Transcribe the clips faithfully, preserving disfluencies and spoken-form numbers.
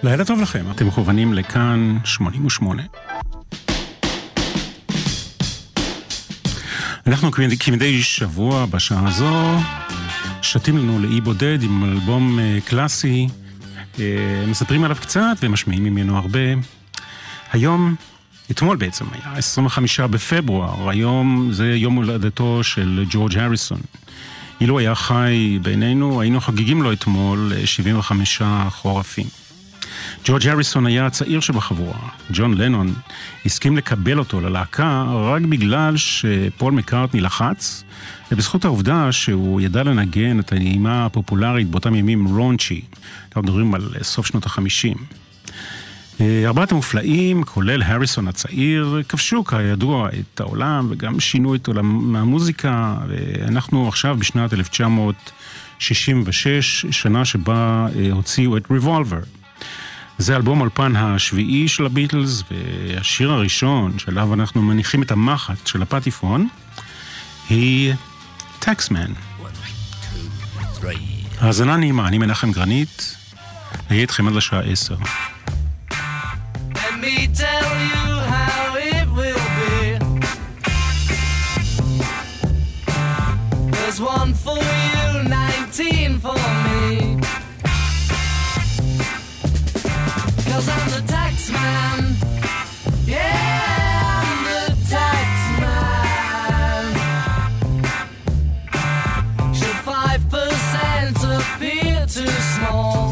לילה טוב לכם, אתם מכוונים לכאן שמונים ושמונה. אנחנו כמדי שבוע בשעה הזו שתים לנו לאי בודד עם אלבום קלאסי, מספרים עליו קצת ומשמיעים ממנו הרבה. היום, אתמול בעצם היה עשרים וחמישה בפברואר, היום זה יום הולדתו של ג'ורג' הריסון. אילו היה חי בינינו, היינו חגיגים לו אתמול שבעים וחמישה חורפים. ג'ורג' הריסון היה הצעיר שבחבורה. ג'ון לנון הסכים לקבל אותו ללהקה רק בגלל שפול מקארטני לחץ, ובזכות העובדה שהוא ידע לנגן את הנעימה הפופולרית באותם ימים רונצ'י. אנחנו מדברים על סוף שנות החמישים. ארבעת המופלאים, כולל הריסון הצעיר, כבשו כידוע את העולם וגם שינו את עולם המוזיקה, ואנחנו עכשיו בשנת אלף תשע מאות שישים ושש, שנה שבה הוציאו את ריבולבר. זה אלבום האולפן השביעי של הביטלס, והשיר הראשון שעליו אנחנו מניחים את המחט של הפטיפון היא טקסמן. האזנה נעימה, אני מנחם גרנית, אהיה איתכם עד לשעה עשר. Let me tell you how it will be. There's one for you, nineteen for me. Cause I'm the tax man. Yeah, I'm the tax man. Should five percent appear too small?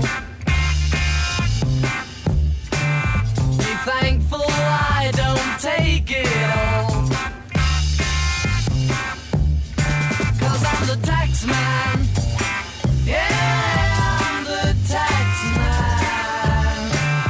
Be thankful I don't take it all. Cause I'm the tax man. Yeah, I'm the tax man.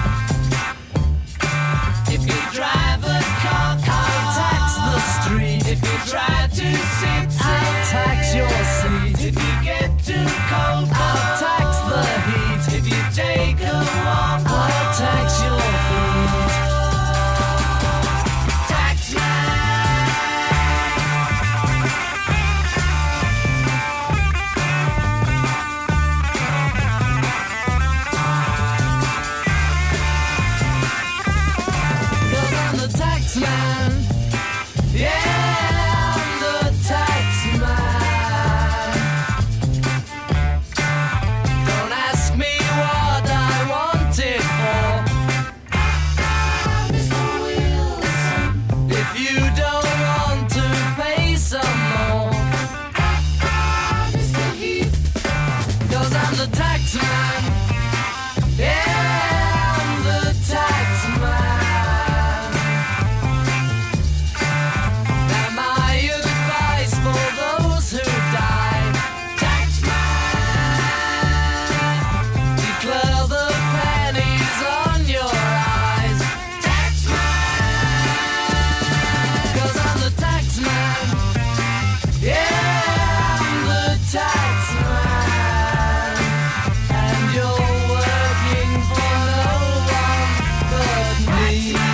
If you drive a car, I'll tax the street. If you try to sit, I'll tax your seat. If you get too cold, I'll tax the heat. If you take a walk, I'll tax your food. Tax man. Cause I'm the tax man. Yeah, I'm the tax man. Don't ask me what I want it for. Mister Wilson. If you don't want to pay some more. Mister Heath. Cause I'm the tax man. Yeah, I'm the tax man. Am I advice for those who die? Tax man. Declare the pennies on your eyes. Tax man. Cause I'm the tax man. Yeah, I'm the tax man. And you're working for no one but me.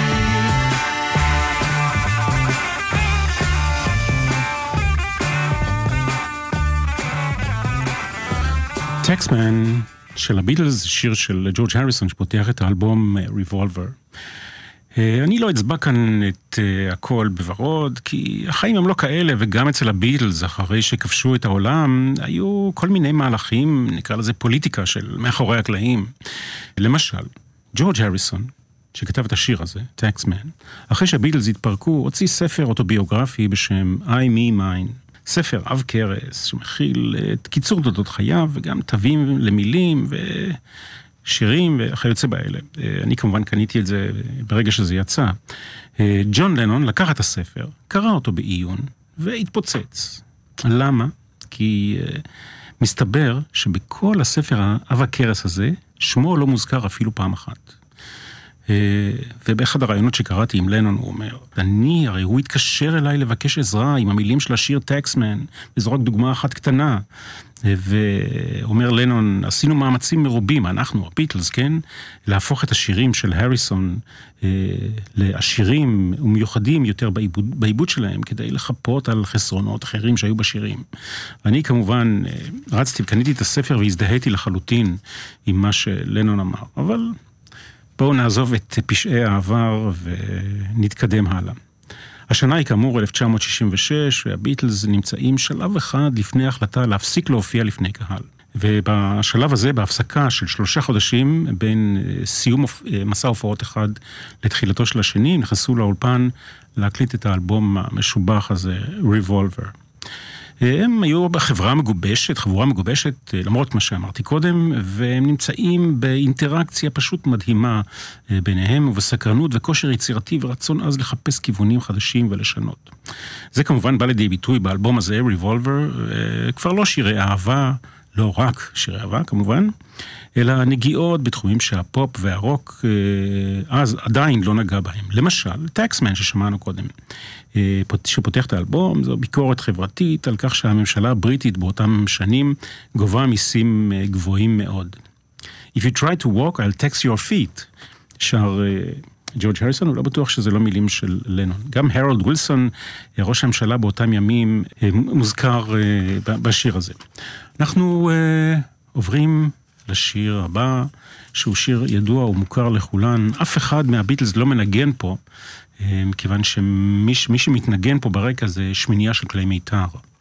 טקסמן של הביטלס, שיר של ג'ורג' הריסון שפותח את האלבום ריבולבר. אני לא אצבע כאן את הכל בוורוד, כי החיים הם לא כאלה, וגם אצל הביטלס, אחרי שכבשו את העולם, היו כל מיני מהלכים, נקרא לזה פוליטיקה של מאחורי הקלעים. למשל, ג'ורג' הריסון, שכתב את השיר הזה, טקסמן, אחרי שהביטלס התפרקו, הוציא ספר אוטוביוגרפי בשם I Me Mine. ספר עב כרס שמכיל את קיצור תולדות חייו וגם תווים למילים ושירים וכיוצא באלה. אני כמובן קניתי את זה ברגע שזה יצא. ג'ון לנון לקח את הספר, קרא אותו בעיון והתפוצץ. למה? כי מסתבר שבכל הספר עב הכרס הזה שמו לא מוזכר אפילו פעם אחת. ובאחד הרעיונות שקראתי עם לנון הוא אומר, אני, הרי הוא התקשר אליי לבקש עזרה עם המילים של השיר טקסמן, וזו רק דוגמה אחת קטנה, ואומר לנון, עשינו מאמצים מרובים, אנחנו, הביטלס, כן, להפוך את השירים של הריסון לעשירים ומיוחדים יותר בעיבוד, בעיבוד שלהם, כדי לחפות על חסרונות אחרים שהיו בשירים. ואני כמובן רצתי, קניתי את הספר והזדהיתי לחלוטין עם מה שלנון אמר, אבל בואו נעזוב את פשעי העבר ונתקדם הלאה. השנה היא כאמור אלף תשע מאות שישים ושש, והביטלס נמצאים שלב אחד לפני החלטה להפסיק להופיע לפני קהל. ובשלב הזה, בהפסקה של שלושה חודשים, בין סיום מסע הופעות אחד לתחילתו של השני, נכנסו לאולפן להקליט את האלבום המשובח הזה, Revolver. הם היו בחברה מגובשת, חבורה מגובשת, למרות מה שאמרתי קודם, והם נמצאים באינטראקציה פשוט מדהימה ביניהם, ובסקרנות וכושר יצירתי ורצון אז לחפש כיוונים חדשים ולשנות. זה כמובן בא לידי ביטוי באלבום הזה, Revolver, כבר לא שירי אהבה, לא רק שירי אהבה כמובן, אלא נגיעות בתחומים שהפופ והרוק אז עדיין לא נגע בהם. למשל, טקסמן ששמענו קודם, שפותח את האלבום, זו ביקורת חברתית על כך שהממשלה הבריטית באותם שנים גובה מיסים גבוהים מאוד. If you try to walk, I'll tax your feet, שר ג'ורג' הריסון, הוא לא בטוח שזה לא מילים של לנון. גם הרולד ווילסון, ראש הממשלה באותם ימים, מוזכר בשיר הזה. אנחנו עוברים לשיר הבא, שהוא שיר ידוע ומוכר לכולן. אף אחד מהביטלס לא מנגן פה, מכיוון שמי שמתנגן פה ברקע זה שמינייה של כלי מיתר.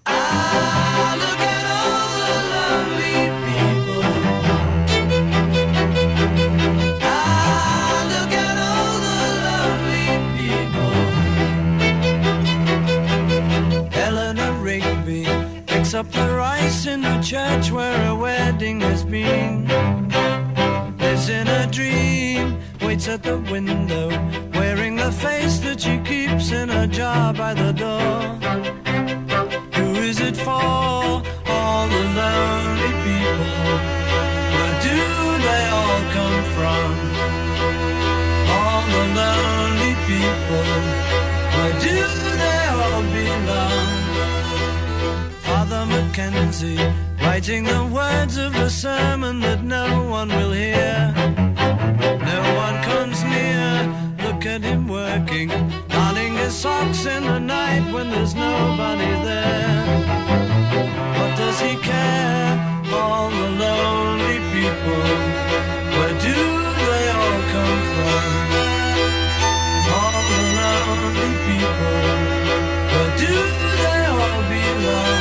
Up the rice in the church where a wedding has been. Lives in a dream, waits at the window, wearing the face that she keeps in a jar by the door. Who is it for? All the lonely people. Where do they all come from? All the lonely people. Where do they all belong? Father Mackenzie, writing the words of a sermon that no one will hear. No one comes near, look at him working, darning his socks in the night when there's nobody there. What does he care? All the lonely people, where do they all come from? All the lonely people, where do they all belong?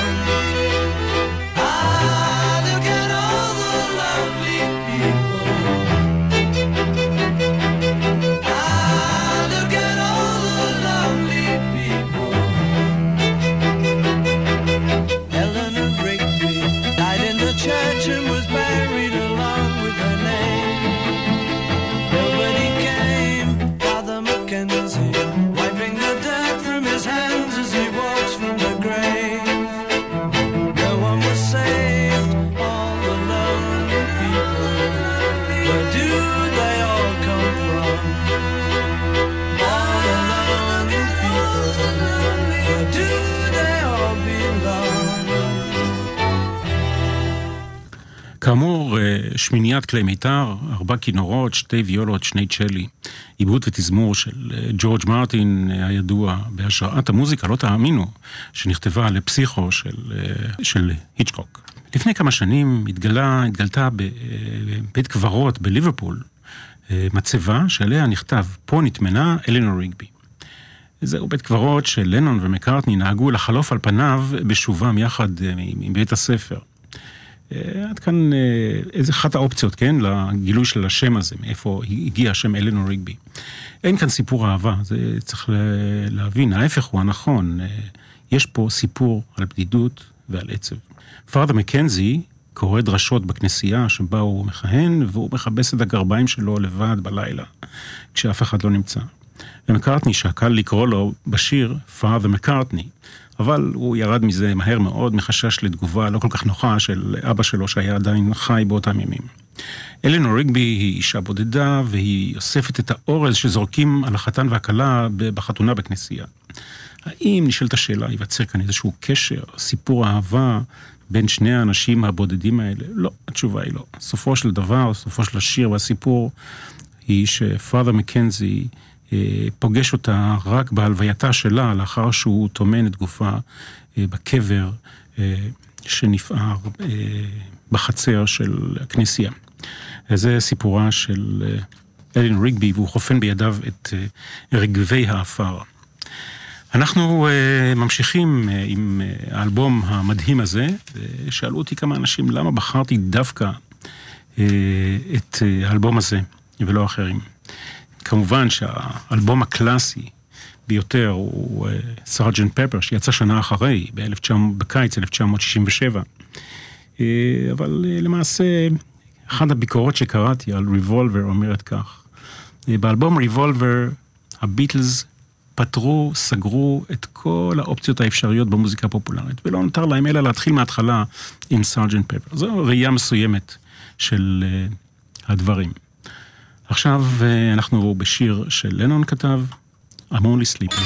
Church and was buried along with her name. Nobody came, Father Mackenzie, wiping the dirt from his hands as he walks from the grave. No one was saved, all the lonely people. Where do they all come from? All the lonely people. Where do they all belong? כאמור, שמיניית כלי מיתר, ארבע כינורות, שתי ויולות, שני צ'לי, עיבוד ותזמור של ג'ורג' מרטין הידוע, בהשראת המוזיקה, לא תאמינו, שנכתבה לפסיכו של, של היצ'קוק. לפני כמה שנים התגלה, התגלתה בבית קברות בליברפול, מצבה שעליה נכתב, פה נתמנה אלינור ריגבי. זהו בית קברות של לנון ומקארטני נהגו לחלוף על פניו בשובם יחד עם בית הספר. עד כאן איזה אחת האופציות, כן, לגילוי של השם הזה, מאיפה הגיע השם אלינור ריגבי. אין כאן סיפור אהבה, זה צריך להבין, ההפך הוא הנכון. יש פה סיפור על בדידות ועל עצב. פאדר מקנזי קורא דרשות בכנסייה שבה הוא מכהן, והוא מכבס את הגרביים שלו לבד בלילה, כשאף אחד לא נמצא. ומקארטני שקל לקרוא לו בשיר פאדר מקארטני, אבל הוא ירד מזה מהר מאוד, מחשש לתגובה לא כל כך נוחה של אבא שלו שהיה עדיין חי באותם ימים. אלינור ריגבי היא אישה בודדה, והיא אוספת את האורז שזורקים על החתן והכלה בחתונה בכנסייה. האם נשאלת השאלה, ייווצר כאן איזשהו קשר, סיפור אהבה בין שני האנשים הבודדים האלה? לא, התשובה היא לא. סופו של דבר, סופו של השיר והסיפור, היא שפאדר מקנזי פוגש אותה רק בהלווייתה שלה, לאחר שהוא תומן את גופה בקבר שנפער בחצר של הכנסייה. זה סיפורה של אלן ריגבי, והוא חופן בידיו את רגבי האפר. אנחנו uh, ממשיכים uh, עם uh, האלבום המדהים הזה, ושאלו אותי כמה אנשים למה בחרתי דווקא uh, את uh, האלבום הזה ולא אחרים. כמובן שהאלבום הקלאסי ביותר הוא סארג'נט פפר, שיצא שנה אחרי, בקיץ אלף תשע מאות שישים ושבע. Uh, אבל uh, למעשה, אחת הביקורות שקראתי על ריבולבר אומרת כך, uh, באלבום ריבולבר, הביטלס פתרו, סגרו את כל האופציות האפשריות במוזיקה הפופולרית, ולא נותר להם אלא להתחיל מההתחלה עם סארג'נט פפר. זו ראייה מסוימת של uh, הדברים. עכשיו uh, אנחנו בשיר של לנון כתב, I'm only sleeping.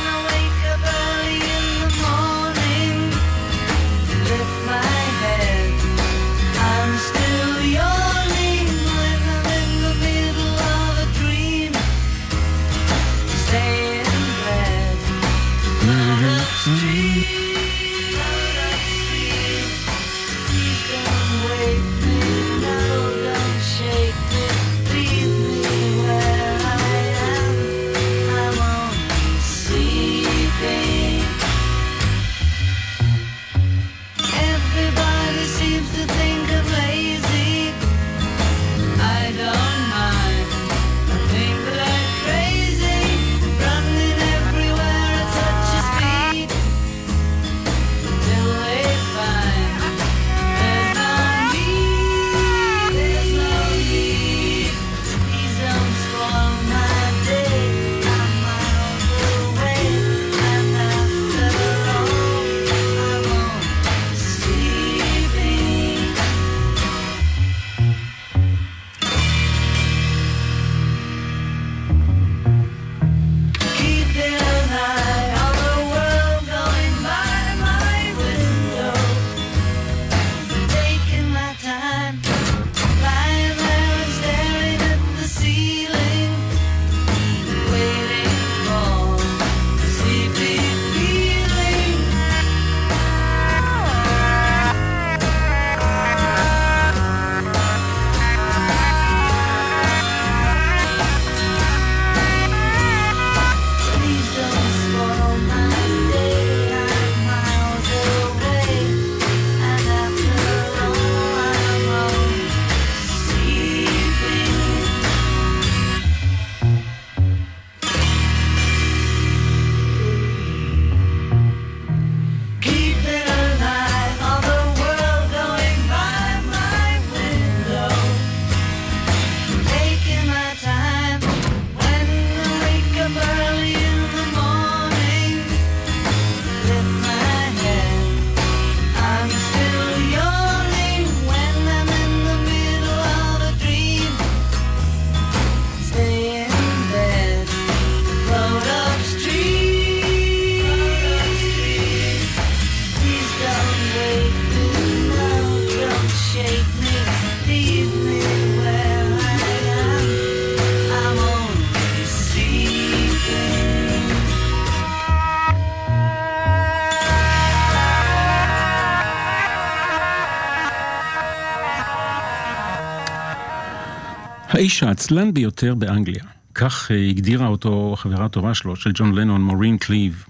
האיש העצלן ביותר באנגליה. כך הגדירה אותו חברה טובה שלו, של ג'ון לנון, מורין קליב.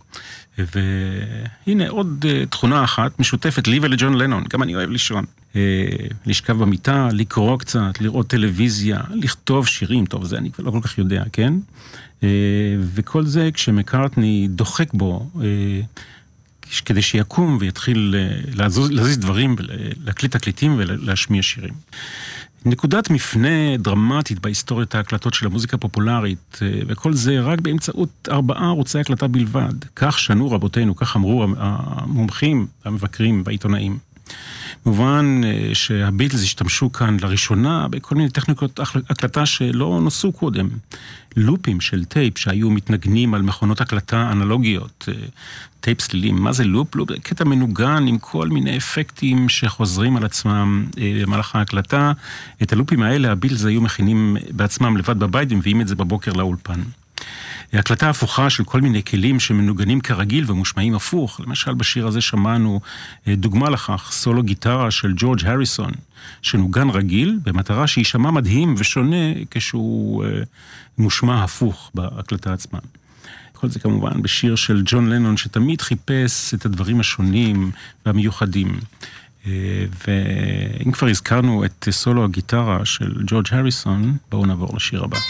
והנה עוד תכונה אחת משותפת לי ולג'ון לנון. גם אני אוהב לישון. לשכב במיטה, לקרוא קצת, לראות טלוויזיה, לכתוב שירים. טוב, זה אני כבר לא כל כך יודע, כן? וכל זה כשמקארטני דוחק בו, כדי שיקום ויתחיל להזיז דברים, להקליט תקליטים ולהשמיע שירים. נקודת מפנה דרמטית בהיסטוריית ההקלטות של המוזיקה הפופולרית, וכל זה רק באמצעות ארבעה ערוצי הקלטה בלבד. כך שנו רבותינו, כך אמרו המומחים, המבקרים והעיתונאים. מובן שהביטלס השתמשו כאן לראשונה בכל מיני טכניקות הקלטה שלא נוסו קודם. לופים של טייפ שהיו מתנגנים על מכונות הקלטה אנלוגיות, טייפ סלילים. מה זה לופ? לופ, קטע מנוגן עם כל מיני אפקטים שחוזרים על עצמם במהלך ההקלטה. את הלופים האלה הביטלס היו מכינים בעצמם לבד בבית ומביאים את זה בבוקר לאולפן. הקלטה הפוכה של כל מיני כלים שמנוגנים כרגיל ומושמעים הפוך. למשל בשיר הזה שמענו דוגמה לכך, סולו גיטרה של ג'ורג' הריסון, שנוגן רגיל, במטרה שישמע מדהים ושונה כשהוא מושמע הפוך בהקלטה עצמה. כל זה כמובן בשיר של ג'ון לנון, שתמיד חיפש את הדברים השונים והמיוחדים. ואם כבר הזכרנו את סולו הגיטרה של ג'ורג' הריסון, בואו נעבור לשיר הבא.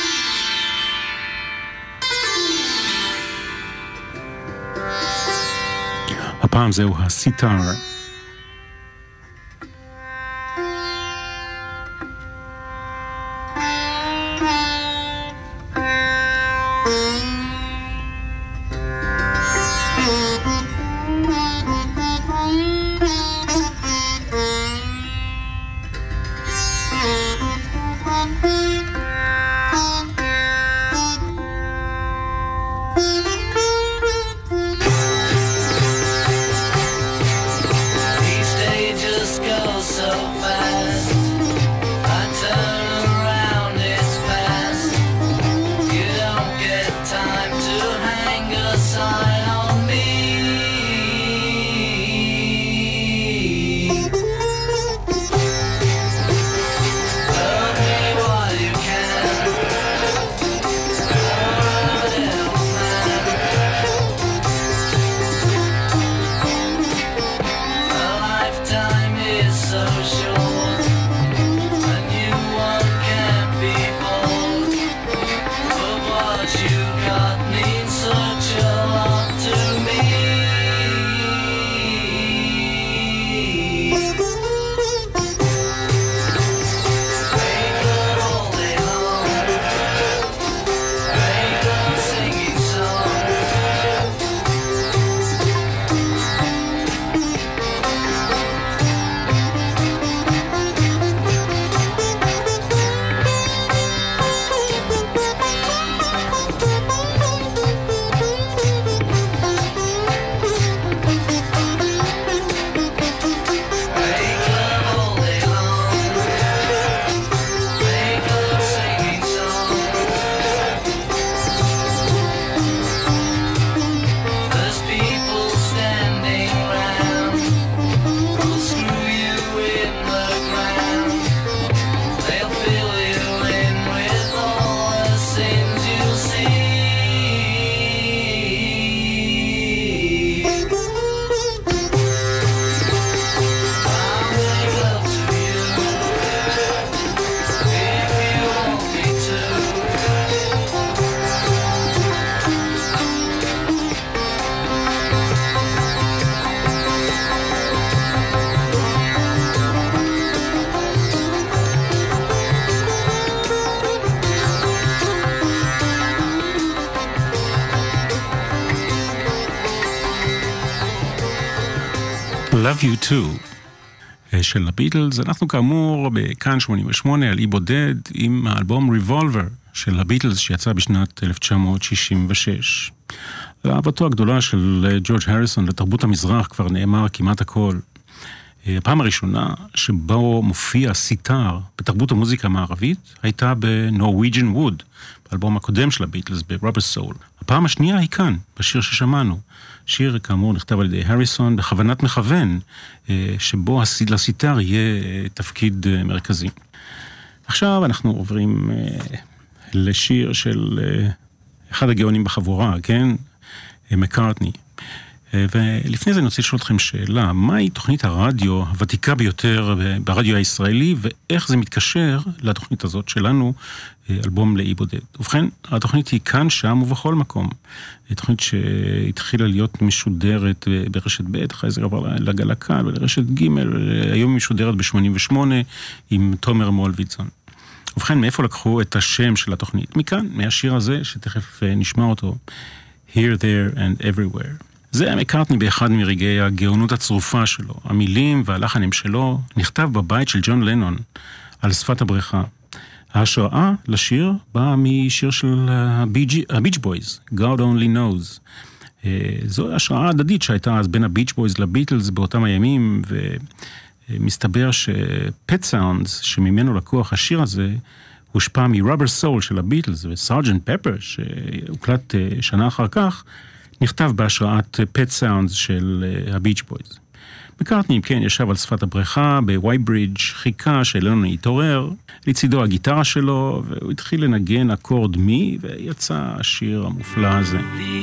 הפעם זהו הסיטאר. Love You Too של הביטלס. אנחנו כאמור בכאן שמונים ושמונה על אי בודד עם האלבום Revolver של הביטלס שיצא בשנת אלף תשע מאות שישים ושש. אהבתו הגדולה של ג'ורג' הריסון לתרבות המזרח כבר נאמר כמעט הכל. הפעם הראשונה שבו מופיע סיטאר בתרבות המוזיקה המערבית הייתה בנורוויג'ן ווד, באלבום הקודם של הביטלס, ברובר סול. הפעם השנייה היא כאן, בשיר ששמענו. שיר כאמור נכתב על ידי הריסון בכוונת מכוון, שבו לסיטאר יהיה תפקיד מרכזי. עכשיו אנחנו עוברים לשיר של אחד הגאונים בחבורה, כן? מקארטני. ולפני זה אני רוצה לשאול אתכם שאלה, מהי תוכנית הרדיו הוותיקה ביותר ברדיו הישראלי, ואיך זה מתקשר לתוכנית הזאת שלנו, אלבום לאי בודד. ובכן, התוכנית היא כאן, שם ובכל מקום. תוכנית שהתחילה להיות משודרת ברשת ב', אחרי זה עבר לגל הקל ולרשת ג', היום היא משודרת ב-שמונים ושמונה עם תומר מולביצון. ובכן, מאיפה לקחו את השם של התוכנית? מכאן, מהשיר הזה, שתכף נשמע אותו, Here, There and Everywhere. זה מקארטני באחד מרגעי הגאונות הצרופה שלו. המילים והלחנים שלו נכתב בבית של ג'ון לנון על שפת הבריכה. ההשראה לשיר באה משיר של הביץ' בויז, God Only Knows. זו השראה הדדית שהייתה אז בין הביץ' בויז לביטלס באותם הימים, ומסתבר שפט סאונדס, שממנו לקוח השיר הזה, הושפע מ-Rubber Soul של הביטלס וסארג'נט פפר, שהוקלט שנה אחר כך, נכתב בהשראת פט סאונדס של הביץ' בויז. מקארטני, אם כן, ישב על שפת הבריכה בווייברידג', חיכה שלנון יתעורר, לצידו הגיטרה שלו, והוא התחיל לנגן אקורד מי, ויצא השיר המופלא הזה.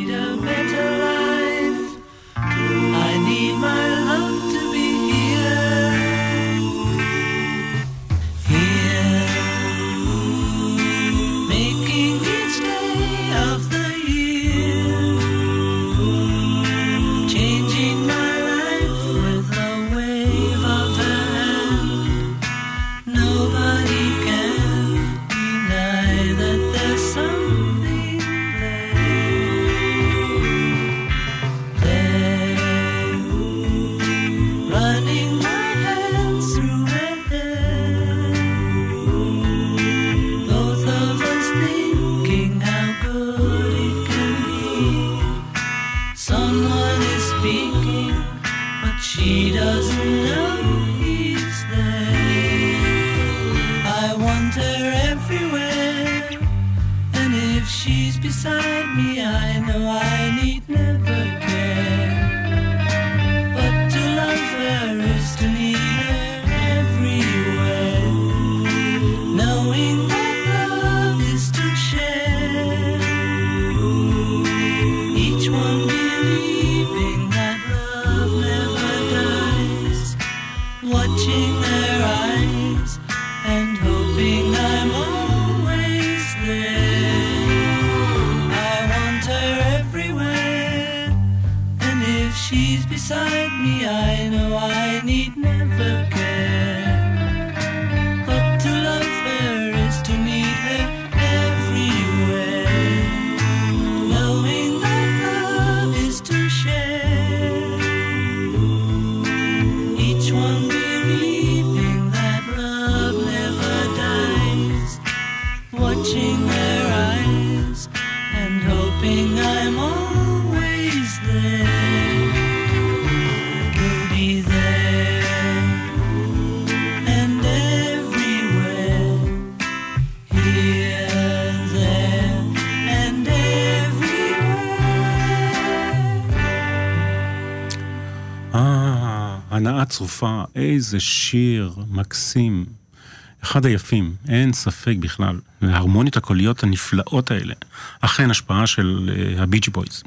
הנאה צרופה, איזה שיר מקסים, אחד היפים, אין ספק בכלל, ההרמוניות הקוליות הנפלאות האלה, אכן השפעה של uh, הביץ' בויז.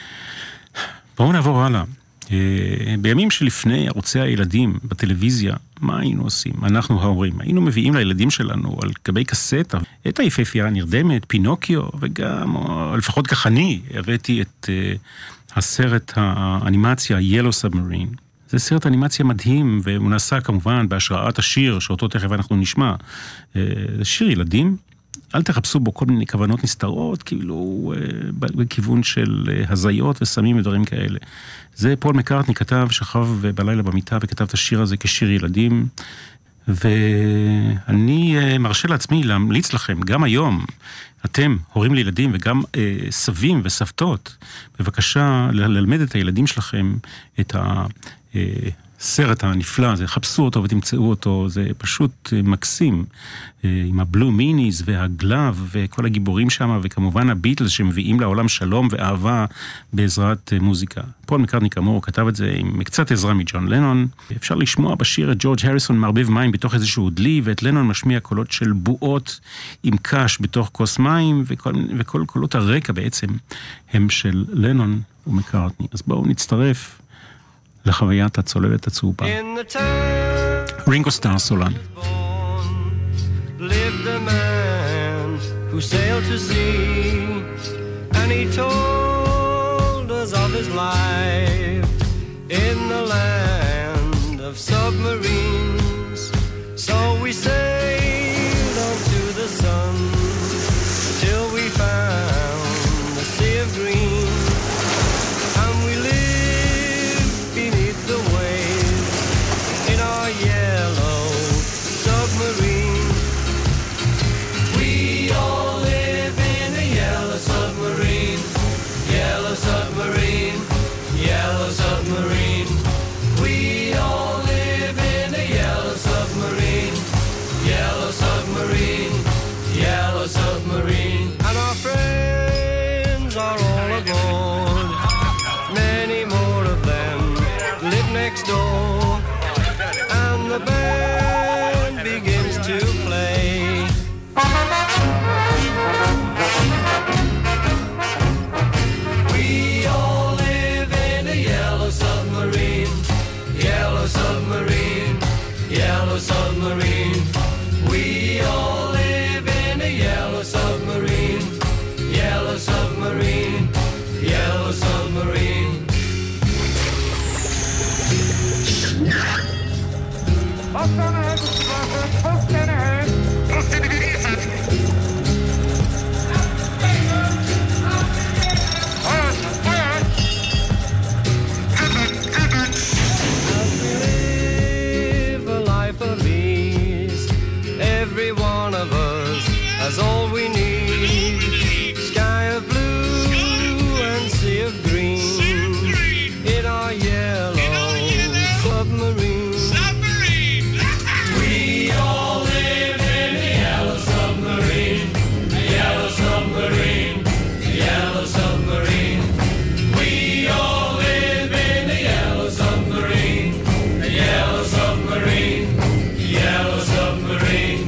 בואו נעבור הלאה. Uh, בימים שלפני ערוצי הילדים בטלוויזיה, מה היינו עושים? אנחנו ההורים, היינו מביאים לילדים שלנו על גבי קסטה, את היפהפייה הנרדמת, פינוקיו, וגם, או לפחות כך אני, הבאתי את uh, הסרט האנימציה Yellow Submarine. זה סרט אנימציה מדהים, והוא נעשה כמובן בהשראת השיר, שאותו תכף אנחנו נשמע. זה שיר ילדים, אל תחפשו בו כל מיני כוונות נסתרות, כאילו בכיוון של הזיות וסמים ודברים כאלה. זה פול מקארטני כתב, שכב בלילה במיטה וכתב את השיר הזה כשיר ילדים, ואני מרשה לעצמי להמליץ לכם, גם היום, אתם, הורים לילדים וגם אה, סבים וסבתות, בבקשה ללמד את הילדים שלכם את הסרט הנפלא הזה, חפשו אותו ותמצאו אותו, זה פשוט אה, מקסים, אה, עם הבלו מיניז והגלב וכל הגיבורים שם, וכמובן הביטלס שמביאים לעולם שלום ואהבה בעזרת אה, מוזיקה. פול מקארטני כאמור כתב את זה עם קצת עזרה מג'ון לנון. אפשר לשמוע בשיר את ג'ורג' הריסון מערבב מים בתוך איזשהו דלי, ואת לנון משמיע קולות של בועות עם קש בתוך כוס מים, וכל, וכל קולות הרקע בעצם הם של לנון ומקארטני. אז בואו נצטרף לחוויית הצוללת הצהובה. רינגו סטאר סולן. Lived a man who sailed to sea, and he told us of his life in the land of submarines. So we sailed on to the sun till we found the sea of green, and we lived beneath the waves in our yellow submarine. We all live in a yellow submarine, yellow submarine, yellow submarine. We all live in a yellow submarine, That's all we need. Sky of blue and sea of green in our yellow submarine. We all live in the yellow submarine. The yellow submarine. The yellow submarine. We all live in the yellow submarine. The yellow submarine. The yellow submarine.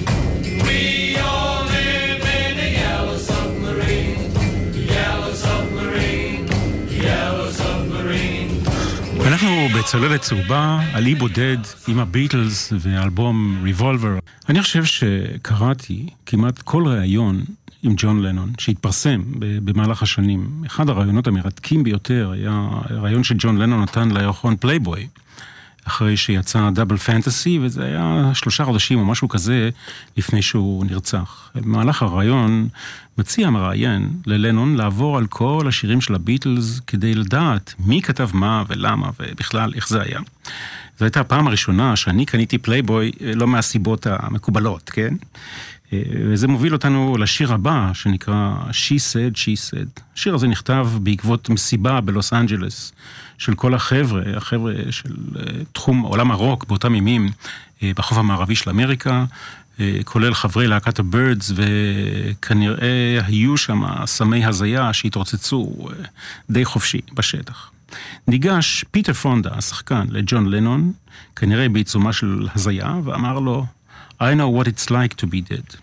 אנחנו בצוללת צהובה על אי בודד עם הביטלס והאלבום ריבולבר. אני חושב שקראתי כמעט כל ראיון עם ג'ון לנון שהתפרסם במהלך השנים. אחד הרעיונות המרתקים ביותר היה רעיון שג'ון לנון נתן לירחון פלייבוי, אחרי שיצא דאבל פנטסי, וזה היה שלושה חודשים או משהו כזה לפני שהוא נרצח. במהלך הרעיון מציע מראיין ללנון לעבור על כל השירים של הביטלס כדי לדעת מי כתב מה ולמה ובכלל איך זה היה. זו הייתה הפעם הראשונה שאני קניתי פלייבוי לא מהסיבות המקובלות, כן? וזה מוביל אותנו לשיר הבא שנקרא She Said, She Said. השיר הזה נכתב בעקבות מסיבה בלוס אנג'לס של כל החבר'ה, החבר'ה של תחום עולם הרוק באותם ימים בחוף המערבי של אמריקה, כולל חברי להקת הבירדס, וכנראה היו שם סמי הזיה שהתרוצצו די חופשי בשטח. ניגש פיטר פונדה, השחקן, לג'ון לנון, כנראה בעיצומה של הזיה, ואמר לו, I know what it's like to be dead.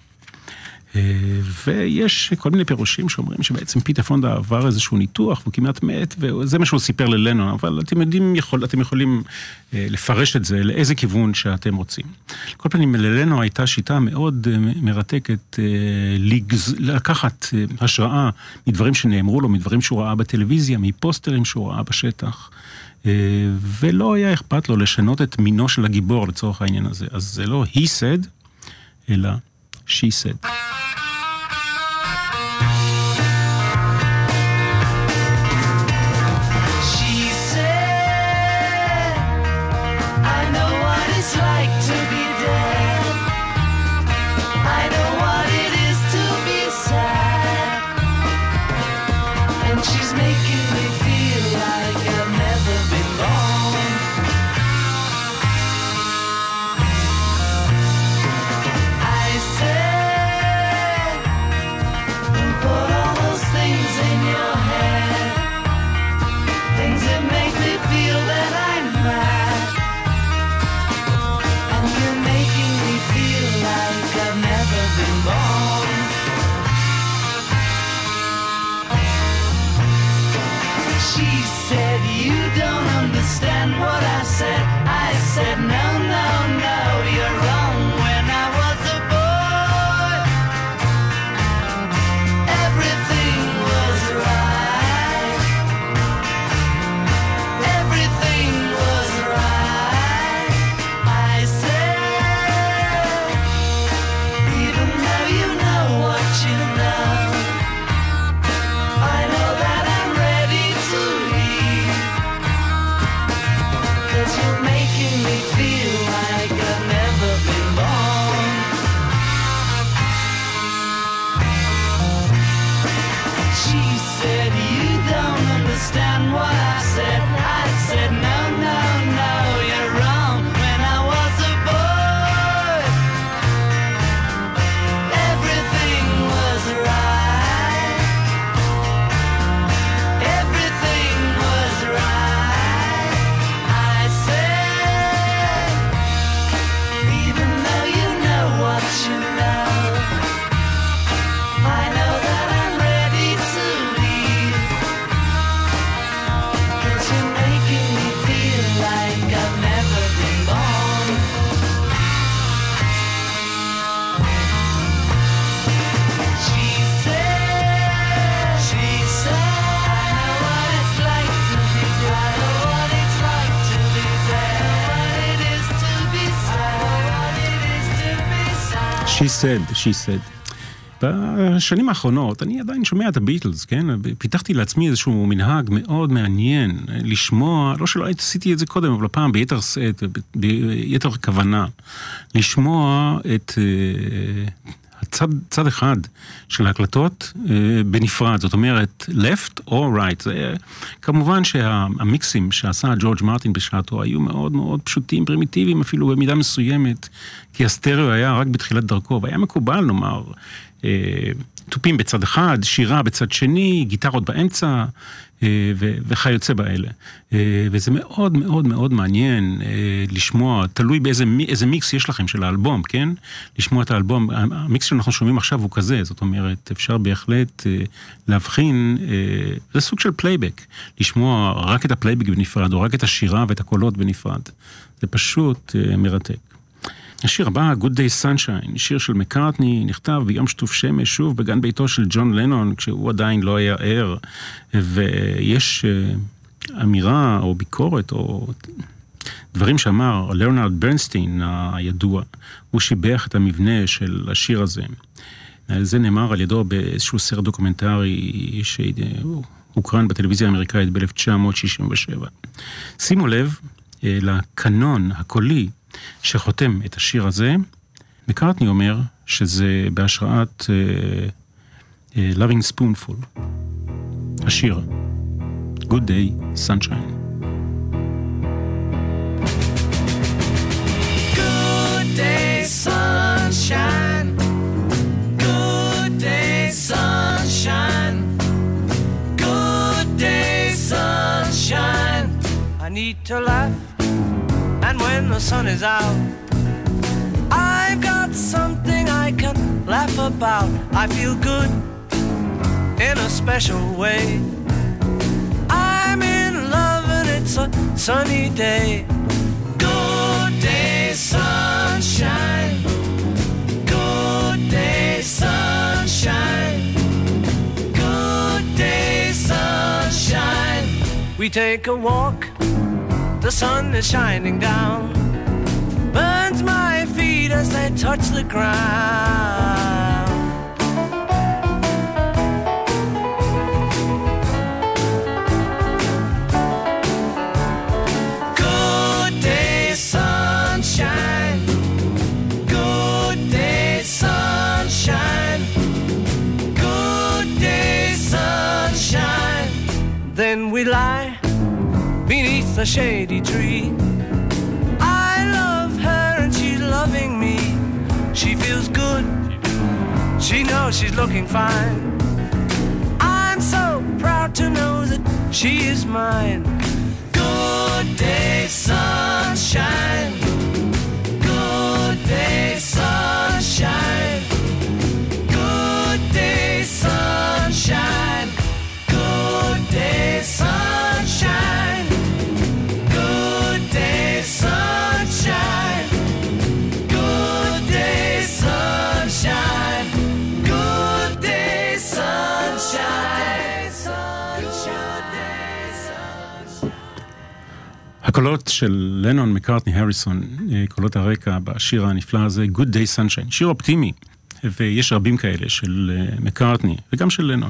ויש כל מיני פירושים שאומרים שבעצם פיטר פונדה עבר איזשהו ניתוח, והוא כמעט מת, וזה מה שהוא סיפר ללנון, אבל אתם יודעים, יכול, אתם יכולים לפרש את זה לאיזה כיוון שאתם רוצים. כל פנים, ללנון הייתה שיטה מאוד מרתקת לגז, לקחת השראה מדברים שנאמרו לו, מדברים שהוא ראה בטלוויזיה, מפוסטרים שהוא ראה בשטח, ולא היה אכפת לו לשנות את מינו של הגיבור לצורך העניין הזה. אז זה לא he said, אלא she said. I said She said, she said. בשנים האחרונות, אני עדיין שומע את הביטלס, כן? פיתחתי לעצמי איזשהו מנהג מאוד מעניין, לשמוע, לא שלא עשיתי את זה קודם, אבל הפעם ביתר סט, ביתר כוונה, לשמוע את הצד, צד אחד של ההקלטות בנפרד, זאת אומרת, left or right. זה, כמובן שהמיקסים שעשה ג'ורג' מרטין בשעתו היו מאוד מאוד פשוטים, פרימיטיביים, אפילו במידה מסוימת, כי הסטריאו היה רק בתחילת דרכו, והיה מקובל, נאמר, טופים בצד אחד, שירה בצד שני, גיטרות באמצע, וכיוצא באלה. וזה מאוד מאוד מאוד מעניין לשמוע, תלוי באיזה איזה מיקס יש לכם של האלבום, כן? לשמוע את האלבום, המיקס שאנחנו שומעים עכשיו הוא כזה, זאת אומרת, אפשר בהחלט להבחין, זה סוג של פלייבק, לשמוע רק את הפלייבק בנפרד, או רק את השירה ואת הקולות בנפרד. זה פשוט מרתק. השיר הבא, Good Day Sunshine, שיר של מקארטני, נכתב ביום שטוף שמש, שוב בגן ביתו של ג'ון לנון, כשהוא עדיין לא היה ער, ויש אמירה או ביקורת או דברים שאמר לרנרד ברנסטיין הידוע, הוא שיבח את המבנה של השיר הזה. זה נאמר על ידו באיזשהו סרט דוקומנטרי שהוקרן בטלוויזיה האמריקאית ב-אלף תשע מאות שישים ושבע. שימו לב לקנון הקולי שחותם את השיר הזה. מקארטני אומר שזה בהשראת uh, uh, Loving Spoonful, השיר Good Day Sunshine. Good day sunshine, good day sunshine, good day sunshine. I need to laugh, and when the sun is out, I've got something I can laugh about. I feel good in a special way. I'm in love and it's a sunny day. Good day sunshine, good day sunshine, good day sunshine. We take a walk, the sun is shining down, burns my feet as they touch the ground. Good day sunshine, good day sunshine, good day sunshine. Then we lie beneath a shady tree. I love her and she's loving me. She feels good, she knows she's looking fine. I'm so proud to know that she is mine. Good day sunshine, good day sunshine, good day sunshine, good day sunshine, good day sunshine, good day sunshine, good day sunshine, good day sunshine. הקולות של לנון, מקארטני, הריסון, קולות הרקע בשיר הנפלא הזה, Good Day Sunshine, שיר אופטימי, ויש רבים כאלה של מקארטני, וגם של לנון.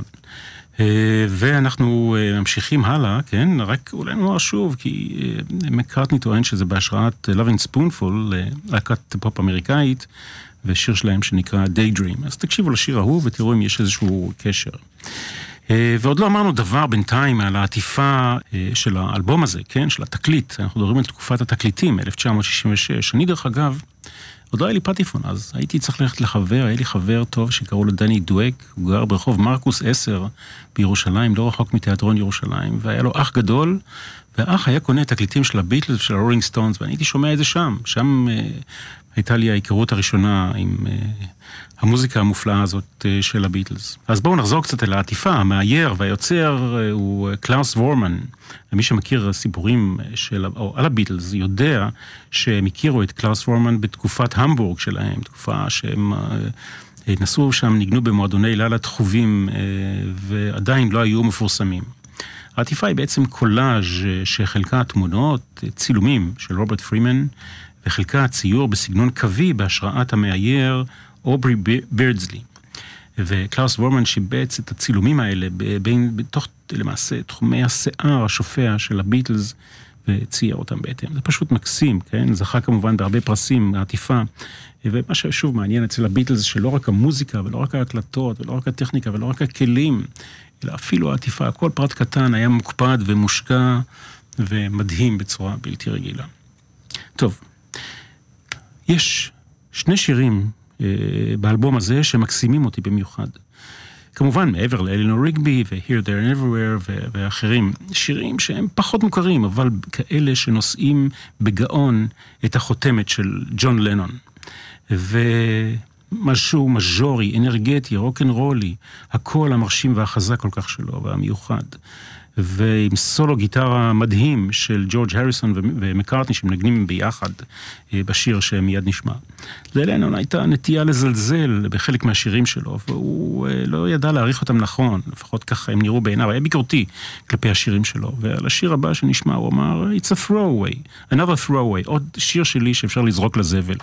ואנחנו ממשיכים הלאה, כן? רק אולי נאמר שוב, כי מקארטני טוען שזה בהשראת Loving Spoonful, להקת פופ אמריקאית, ושיר שלהם שנקרא Daydream. אז תקשיבו לשיר ההוא ותראו אם יש איזשהו קשר. ועוד לא אמרנו דבר בינתיים על העטיפה של האלבום הזה, כן? של התקליט. אנחנו מדברים על תקופת התקליטים, אלף תשע מאות שישים ושש. אני דרך אגב, עוד לא היה לי פטיפון אז, הייתי צריך ללכת לחבר, היה לי חבר טוב שקראו לו דני דואק, הוא גר ברחוב מרקוס עשר בירושלים, לא רחוק מתיאטרון ירושלים, והיה לו אח גדול, והאח היה קונה תקליטים של הביטלס ושל הרולינג סטונס, ואני הייתי שומע את זה שם, שם אה, הייתה לי ההיכרות הראשונה עם אה, המוזיקה המופלאה הזאת אה, של הביטלס. אז בואו נחזור קצת אל העטיפה, המאייר והיוצר אה, הוא קלאוס וורמן, ומי שמכיר סיפורים של, או על הביטלס יודע שהם הכירו את קלאוס וורמן בתקופת המבורג שלהם, תקופה שהם אה, נסעו שם, ניגנו במועדוני לילה תחובים אה, ועדיין לא היו מפורסמים. העטיפה היא בעצם קולאז' שחלקה תמונות, צילומים של רוברט פרימן, וחלקה ציור בסגנון קווי בהשראת המאייר אוברי בירדסלי. וקלאוס וורמן שיבץ את הצילומים האלה בין, בתוך למעשה תחומי השיער השופע של הביטלס, וצייר אותם בהתאם. זה פשוט מקסים, כן? זכה כמובן בהרבה פרסים, העטיפה, ומה ששוב מעניין אצל הביטלס, שלא רק המוזיקה, ולא רק ההקלטות, ולא רק הטכניקה, ולא רק הכלים, אלא אפילו העטיפה, כל פרט קטן היה מוקפד ומושקע, ומדהים בצורה בלתי רגילה. טוב, יש שני שירים אה, באלבום הזה, שמקסימים אותי במיוחד. כמובן, מעבר לאלינור ריגבי, ו-Here, There and Everywhere, ואחרים, שירים שהם פחות מוכרים, אבל כאלה שנושאים בגאון את החותמת של ג'ון לנון. ומשהו מז'ורי, אנרגטי, רוק'נ'רולי, הקול המרשים והחזק כל כך שלו, והמיוחד. ועם סולו גיטרה מדהים של ג'ורג' הריסון ומקארטני שמנגנים ביחד בשיר שמיד נשמע. ללנון הייתה נטייה לזלזל בחלק מהשירים שלו, והוא לא ידע להעריך אותם נכון, לפחות ככה הם נראו בעיניו, היה ביקורתי כלפי השירים שלו, ועל השיר הבא שנשמע הוא אמר, It's a throwaway, another throwaway, עוד שיר שלי שאפשר לזרוק לזבל.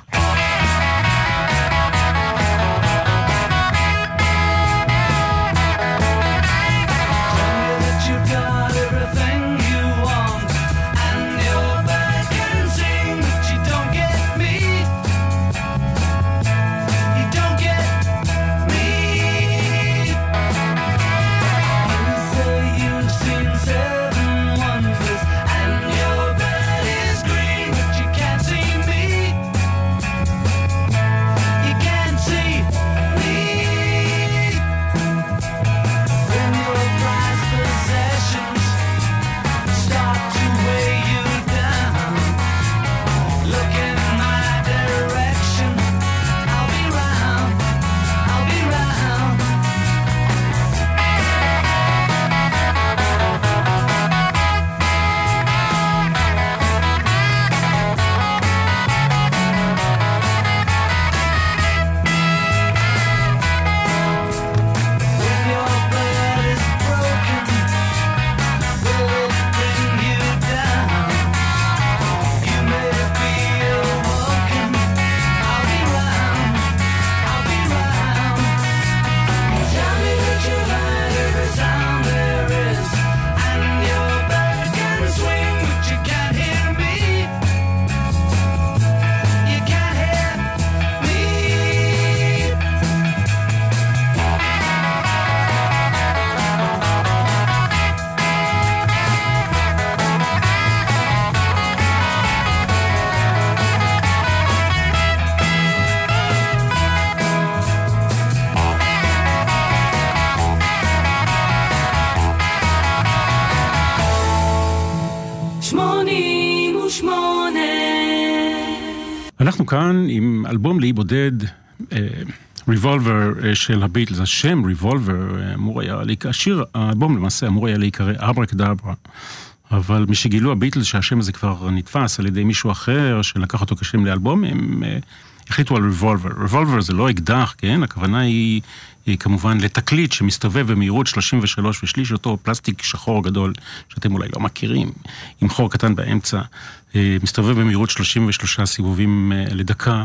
אנחנו כאן עם אלבום לאי בודד, ריבולבר של הביטלס. השם ריבולבר אמור היה, השיר, האלבום למעשה אמור היה להיקרא אברקדברה, אבל משגילו הביטלס שהשם הזה כבר נתפס על ידי מישהו אחר שלקח אותו כשם לאלבום, הם החליטו על ריבולבר. ריבולבר זה לא אקדח, כן? הכוונה היא, היא כמובן לתקליט שמסתובב במהירות שלושים ושלוש ושליש, אותו פלסטיק שחור גדול שאתם אולי לא מכירים, עם חור קטן באמצע, מסתובב במהירות שלושים ושלושה סיבובים לדקה,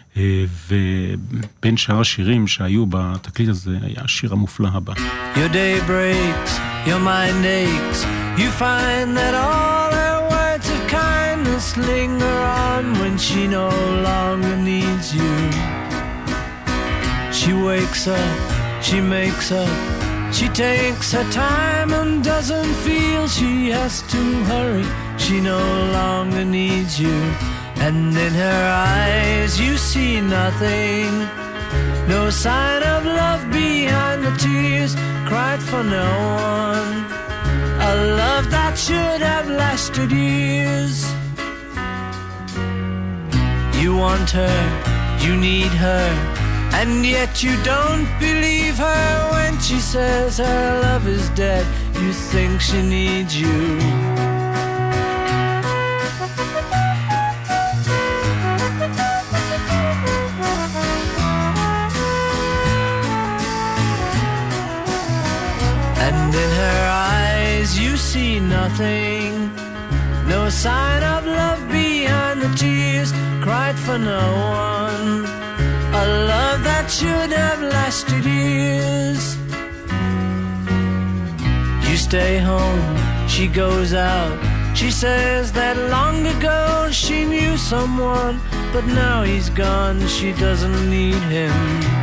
ובין שאר השירים שהיו בתקליט הזה היה השיר המופלא הבא. Your day breaks, your mind aches, you find that all her words of kindness linger on when she no longer needs you. She wakes up, she makes up, she takes her time and doesn't feel she has to hurry. She no longer needs you. And in her eyes you see nothing, no sign of love behind the tears cried for no one, a love that should have lasted years. You want her, you need her, and yet you don't believe her when she says her love is dead. You think she needs you. And in her eyes you see nothing, no sign of love behind the tears cried for no one, a love that should have lasted years. You stay home, she goes out. She says that long ago she knew someone, but now he's gone, she doesn't need him.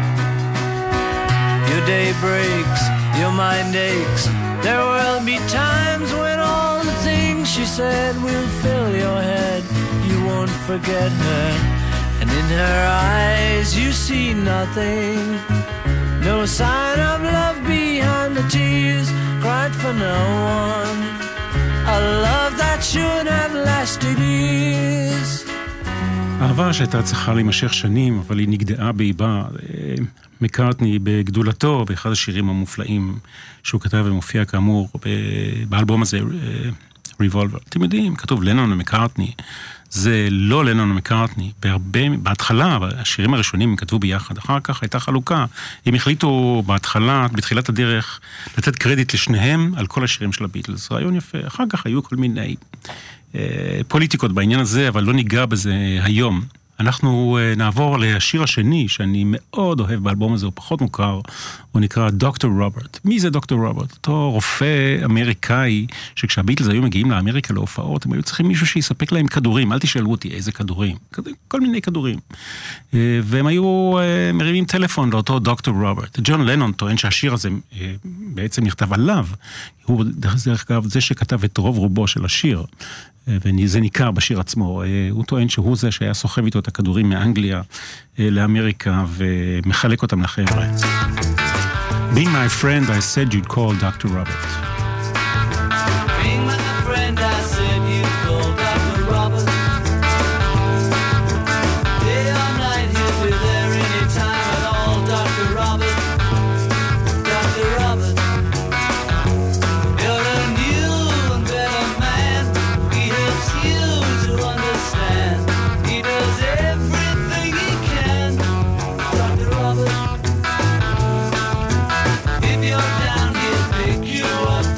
Your day breaks, your mind aches. There will be times when all the things she said will fill your head. You won't forget her, and in her eyes you see nothing. No sign of love behind the tears cried for no one. A love that should have lasted years. אהבה שהייתה צריכה להימשך שנים, אבל היא נגדעה באיבה. מקארטני בגדולתו, באחד השירים המופלאים שהוא כתב ומופיע כאמור באלבום הזה, ריבולבר. אתם יודעים, כתוב לנון ומקארטני. זה לא לנון ומקארטני. בהרבה, בהתחלה, השירים הראשונים כתבו ביחד. אחר כך הייתה חלוקה. הם החליטו בהתחלה, בתחילת הדרך, לתת קרדיט לשניהם על כל השירים של הביטלס. רעיון יפה. אחר כך היו כל מיני פוליטיקות בעניין הזה, אבל לא ניגע בזה היום. אנחנו נעבור לשיר השני, שאני מאוד אוהב באלבום הזה, הוא פחות מוכר, הוא נקרא דוקטור רוברט. מי זה דוקטור רוברט? אותו רופא אמריקאי, שכשהביטלס היו מגיעים לאמריקה להופעות, הם היו צריכים מישהו שיספק להם כדורים, אל תשאלו אותי איזה כדורים, כל מיני כדורים. והם היו מרימים טלפון לאותו דוקטור רוברט. ג'ון לנון טוען שהשיר הזה בעצם נכתב עליו, הוא דרך אגב זה שכתב את רוב רובו של השיר, וזה ניכר בשיר עצמו. הוא טוען שהוא זה שהיה סוחב איתו את הכדורים מאנגליה לאמריקה ומחלק אותם לחבר'ה. Being my friend, I said you'd call דוקטור Robert. Being my friend, I said you'd call דוקטור Robert. Day or night, he'll be there anytime at all, דוקטור Robert. דוקטור Robert. You're a new and better man. He helps you to understand. He does everything he can, ডক্টর Robert. If you're down, he'll pick you up.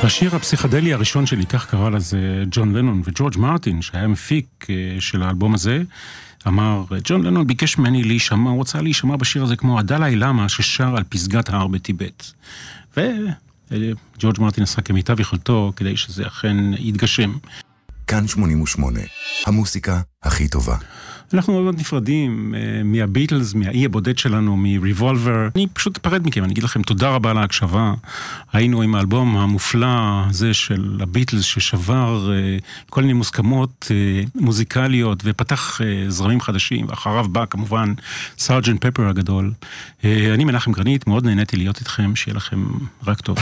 השיר הפסיכדלי הראשון שלי, כך קרא לזה ג'ון לנון וג'ורג' מרטין, שהיה מפיק של האלבום הזה, אמר, ג'ון לנון ביקש ממני להישמע, הוא רוצה להישמע בשיר הזה כמו הדלאי למה ששר על פסגת ההר בטיבט. וג'ורג' מרטין עשה כמיטב יכולתו כדי שזה אכן יתגשם. כאן שמונים ושמונה, המוסיקה הכי טובה. אנחנו מאוד נפרדים uh, מהביטלס, מהאי הבודד שלנו, מריבולבר. אני פשוט אפרד מכם, אני אגיד לכם תודה רבה על ההקשבה. היינו עם האלבום המופלא הזה של הביטלס ששבר uh, כל מיני מוסכמות uh, מוזיקליות ופתח uh, זרמים חדשים. אחריו בא כמובן סארג'נט פפר הגדול. Uh, אני מנחם גרנית, מאוד נהניתי להיות איתכם, שיהיה לכם רק טוב.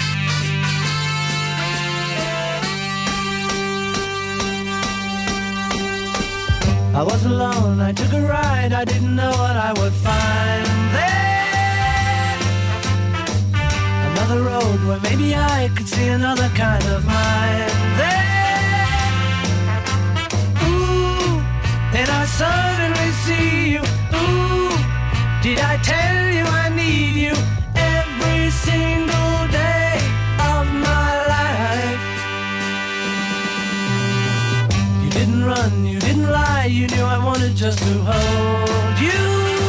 I was alone, I took a ride, I didn't know what I would find there. Another road where maybe I could see another kind of mind there. Ooh, then I suddenly see you. Ooh, did I tell you I need you every single day of my life? You didn't run, you didn't lie, you knew I wanted just to hold you.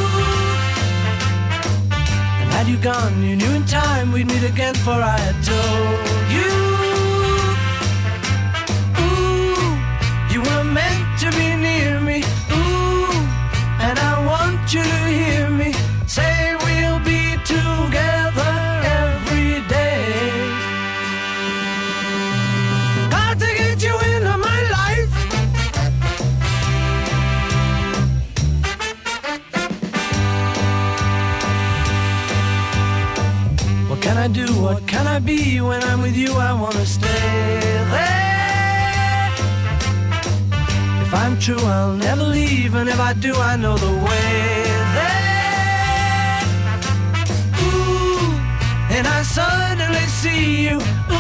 And had you gone, you knew in time we'd meet again, for I had told you. Ooh, you were meant to be near me. Ooh, and I want you to hear me say we'll be together every day. Got to get you into my life. What can I do? What can I be? When I'm with you, I want to stay there. If I'm true, I'll never leave, and if I do, I know the way there. Ooh, and I suddenly see you.